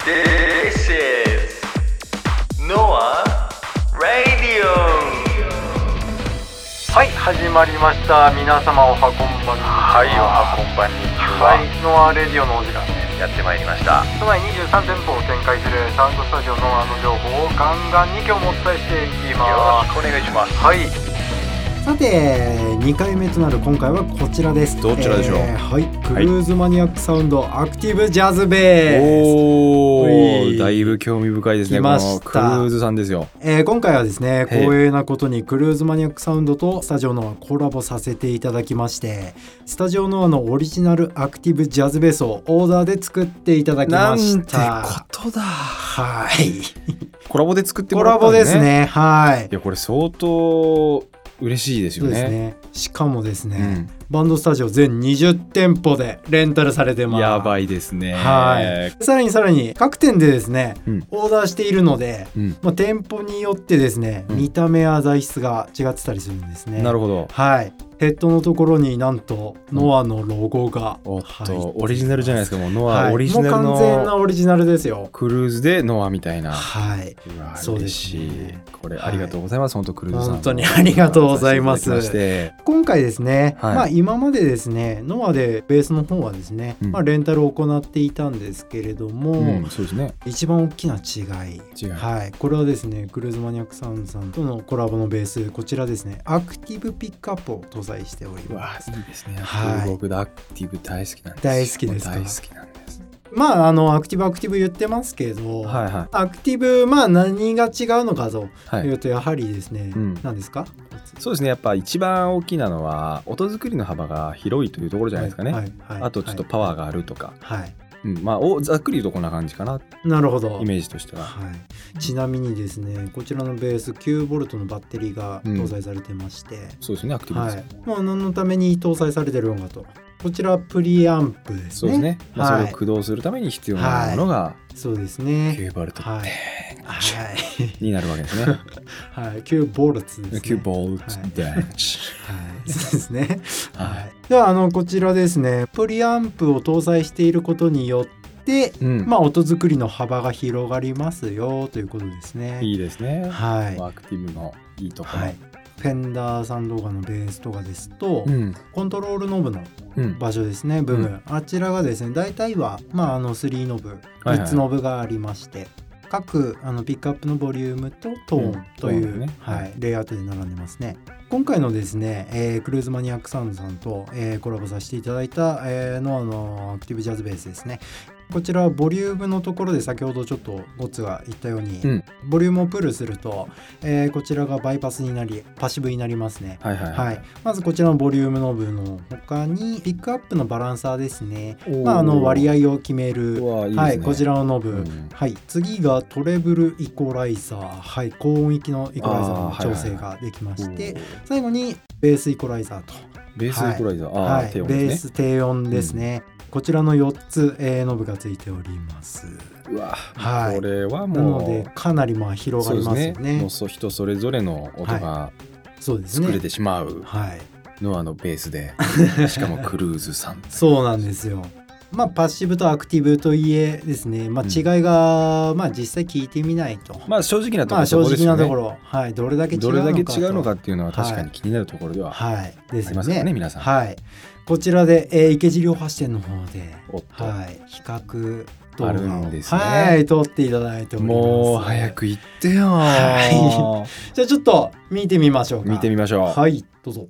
This is Noah Radio。 はい、始まりました。皆様おはこんばんにちは。 はい、おはこんばんにちは。 はい、ノアレディオのお時間です。 やってまいりました。 都内23店舗を展開するサウンドスタジオノアの情報をガンガンに今日もお伝えしていきます。 よろしくお願いします。 はい。さて2回目となる今回はこちらです。 どちらでしょう。 はい、クルーズマニアックサウンド、アクティブジャズベース。 おー、だいぶ興味深いですね。 来ました。 このクルーズさんですよ。 今回はですね、光栄なことにクルーズマニアックサウンドとスタジオノアコラボさせていただきまして、スタジオノアのオリジナルアクティブジャズベースをオーダーで作っていただきました。 なんてことだ。 はいコラボで作ってもらったんですね。 コラボですね。はい。 いや、これ相当嬉しいですよね。 そうですね。しかもですね、バンドスタジオ全20店舗でレンタルされてます。 やばいですね。 はい。さらに各店でですね、オーダーしているので、店舗によってですね、見た目や材質が違ってたりするんですね。 なるほど。 はい。ヘッドのところになんとノアのロゴが、 おっと、オリジナルじゃないですか。もうノアオリジナルの、 もう完全なオリジナルですよ。 クルーズでノアみたいな。 はい。 うわ、 そうですしい。 ね。 これありがとうございます。本当クルーズさん。 本当にありがとうございます。今回ですね、今までですね、ノアでベースの方はですね、レンタルを行っていたんですけれども、 そうですね。 一番大きな違い。はい。これはですね、クルーズマニアックサウンドさんとのコラボのベース、こちらですね、アクティブピックアップを搭載しております。 いいですね。僕アクティブ大好きなんです。 大好きですか。 大好きなんです。 アクティブ言ってますけど、アクティブ何が違うのかというと、やはりですね、何ですか。 そうですね。やっぱ一番大きなのは音作りの幅が広いというところじゃないですかね。あとちょっとパワーがあるとか。ざっくり言うとこんな感じかな。なるほど。イメージとしては。 ちなみにですね、こちらのベース 9V のバッテリーが搭載されてまして、 そうですね。アクティブです。 何のために搭載されてるのかと。こちらプリアンプですね。 そうですね。それを駆動するために必要なものが、 そうですね。 9V になるわけですね。 9V ですね。 9V 電池。 そうですね。ではこちらですね、プリアンプを搭載していることによって音作りの幅が広がりますよということですね。 いいですね。 アクティブのいいところ。 フェンダーさんとかのベースとかですと、コントロールノブの場所ですね、部分、あちらがですね、大体は3ノブ、3つノブがありまして、各ピックアップのボリュームとトーンという、レイアウトで並んでますね。今回のですね、クルーズマニアックサウンドさんと、コラボさせていただいた、ノアのアクティブジャズベースですね。こちらはボリュームのところで先ほどちょっとゴッツが言ったように、ボリュームをプルすると、こちらがバイパスになりパッシブになりますね。まずこちらのボリュームノブの他にピックアップのバランサーですね。割合を決める、こちらのノブ、次がトレブルイコライザー、高音域のイコライザーの調整ができまして、最後にベースイコライザーと。 ベースイコライザー、 ベース低音ですね。こちらの4つ、ノブがついております。 うわ、これはもうなのでかなり広がりますよね。 もう人それぞれの音が作れてしまうノアのベースで、しかもクルーズさん。 そうなんですよ。パッシブとアクティブといえですね、違いが実際聞いてみないと、 正直なところ、正直なところ、 どれだけ違うのかっていうのは確かに気になるところではありますからね、皆さん。 こちらで、池尻大橋店の方で、比較動画をあるんですね。 撮っていただいております。 もう早く行ってよ。 じゃあちょっと見てみましょうか。 見てみましょう。 はい、どうぞ。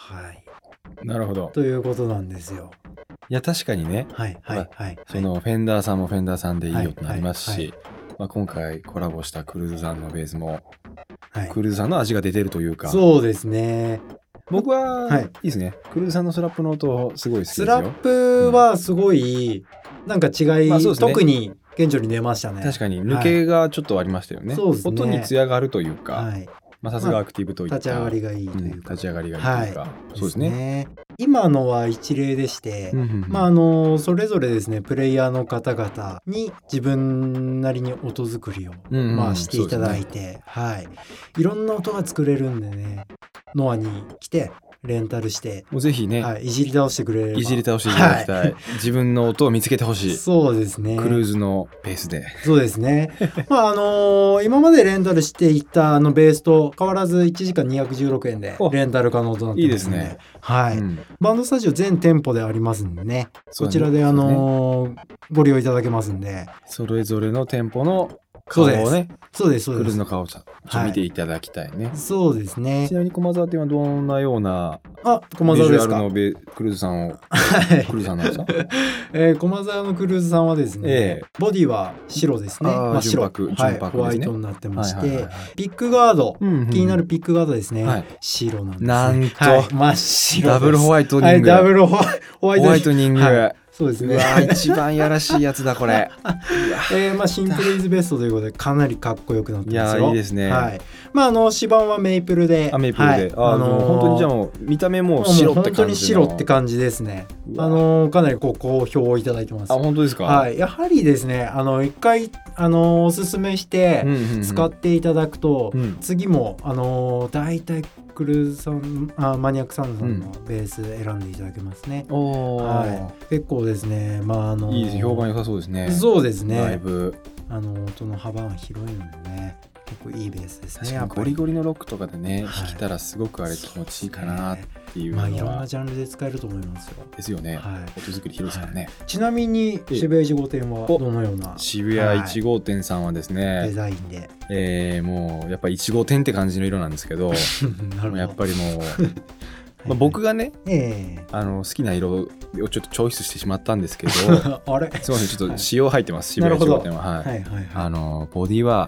はい。 なるほど。 ということなんですよ。 いや確かにね、 はいはいはい、 そのフェンダーさんもフェンダーさんでいいよとなりますし、今回コラボしたクルーズさんのベースも、クルーズさんの味が出てるというか。 そうですね。 僕はいいですね。クルーズさんのスラップの音すごい好きですよ。 スラップはすごいなんか違い、特に顕著に出ましたね。 確かに抜けがちょっとありましたよね。音に艶があるというか。さすがアクティブといった立ち上がりがいいというか、 立ち上がりがいいというか、そうですね。 今のは一例でして、それぞれですねプレイヤーの方々に自分なりに音作りを、していただいて、いろんな音が作れるんでね、ノアに来てレンタルしてもうぜひね、 いじり倒してくれれば、 いじり倒していただきたい、自分の音を見つけてほしい。 そうですね。 クルーズのベースで。 そうですね。今までレンタルしていたベースと変わらず1時間216円でレンタル可能となってますので、いいですね。バンドスタジオ全店舗でありますんでね、そちらでご利用いただけますんで、 それぞれの店舗の顔をね、 そうですクルーズの顔をちょっと見ていただきたいね。 そうですね。 ちなみに駒沢店はどんなような駒沢ですか。 ビジュアルのクルーズさんをクルーズさんなんですか。 駒沢のクルーズさんはですね、ボディは白ですね。 純白、 ホワイトになってまして、ピックガード、気になるピックガードですね、白なんです。 なんと真っ白。 ダブルホワイトニング。 ダブルホワイトニング。 そうですね。 一番やらしいやつだこれ。 シンプルイズベストということでかなりかっこよくなってますよ。 いいですね。 指板はメイプルで。 メイプルで。本当にじゃあもう見た目も白って感じ。 本当に白って感じですね。かなり好評をいただいてます。 本当ですか。 やはりですね、一回おすすめして使っていただくと、次もだいたいクルーズさんマニアックサウンドさんのベース選んでいただけますね。結構ですね、 いいです。評判良さそうですね。 そうですね。 だいぶ音の幅が広いのでね、結構いいベースですね。 ゴリゴリのロックとかでね、弾けたらすごくあれ気持ちいいかなっていうのは。 いろんなジャンルで使えると思いますよ。 ですよね。音作り広いですからね。 ちなみに渋谷1号店はどのような。 渋谷1号店さんはですね、 デザインでもうやっぱり1号店って感じの色なんですけど、やっぱりもう僕がね、好きな色をちょっとチョイスしてしまったんですけど、 あれすみません、ちょっと仕様入ってます。渋谷1号店は。ボディは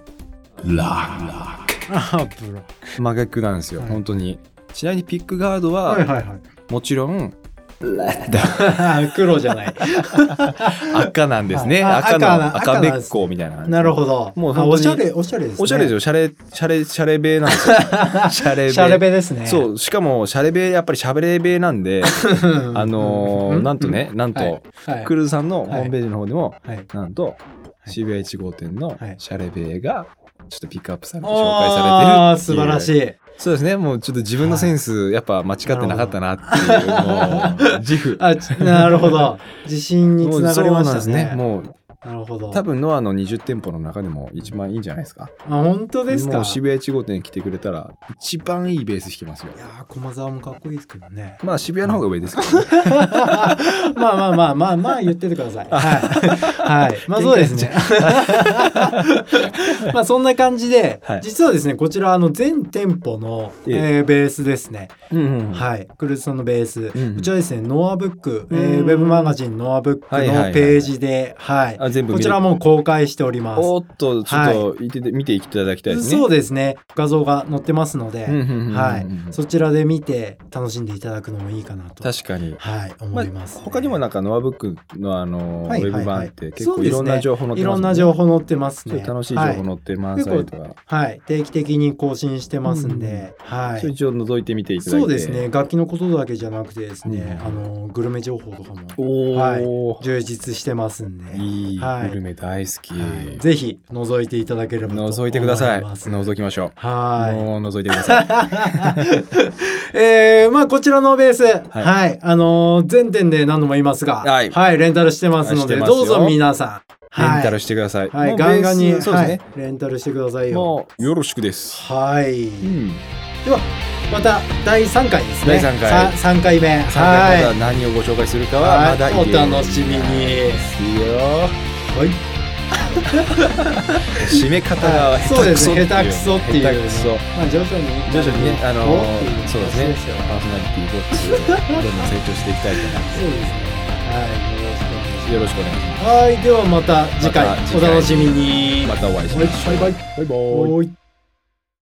ラック真逆なんですよ、本当に。ちなみにピックガードはもちろん黒じゃない赤なんですね。赤べっこみたいな。 なるほど。 もう本当におしゃれですね。 おしゃれですよ。シャレベなんですよ。シャレベですね。 そう、しかもシャレベ、やっぱりシャレベなんでなんとクルーズさんのホームページの方でもなんと渋谷1号店のシャレベがちょっとピックアップされて紹介されてる。 素晴らしい。 そうですね。もうちょっと自分のセンスやっぱ間違ってなかったなっていう、自負。 なるほど。自信につながりましたね。 もうなるほど。 多分ノアの20店舗の中でも一番いいんじゃないですか。 本当ですか。 もう渋谷1号店に来てくれたら一番いいベース弾きますよ。 いや駒沢もかっこいいですけどね。 渋谷の方が上ですけどね。 まあ言っててください。はい。そうですね。そんな感じで、実はですねこちら全店舗のベースですね。はい。クルーズさんのベース。こちらですねノアブック、ウェブマガジンノアブックのページで、こちらも公開しております。 おっとちょっと見ていただきたいですね。 そうですね。画像が載ってますので、そちらで見て楽しんでいただくのもいいかなと。 確かに。 思います。 他にもなんかノアブックのウェブ版って結構いろんな情報載ってますね。 いろんな情報載ってますね。 楽しい情報載ってます。 定期的に更新してますんで、 それ一応覗いてみていただいて。 そうですね。楽器のことだけじゃなくてですね、グルメ情報とかも充実してますんで。 いいグルメ大好き。 ぜひ覗いていただければと思います。 覗いてください。覗きましょう。もう覗いてください。こちらのベース、全店で何度も言いますが、レンタルしてますので、どうぞ皆さんレンタルしてください。 ガンガンにレンタルしてくださいよ。 もうよろしくです。 ではまた第3回ですね。3回目。 また何をご紹介するかはまだお楽しみに。 いいよ。 締め方が下手くそっていう、 下手くそっていう、 下手くそ、 まあ徐々にね、そうですね、パーソナリティボックスどんどん成長していきたいと思います。 そうですね、はい、 よろしくお願いします。 はい、ではまた次回お楽しみに。 またお会いしましょう。 バイバイ。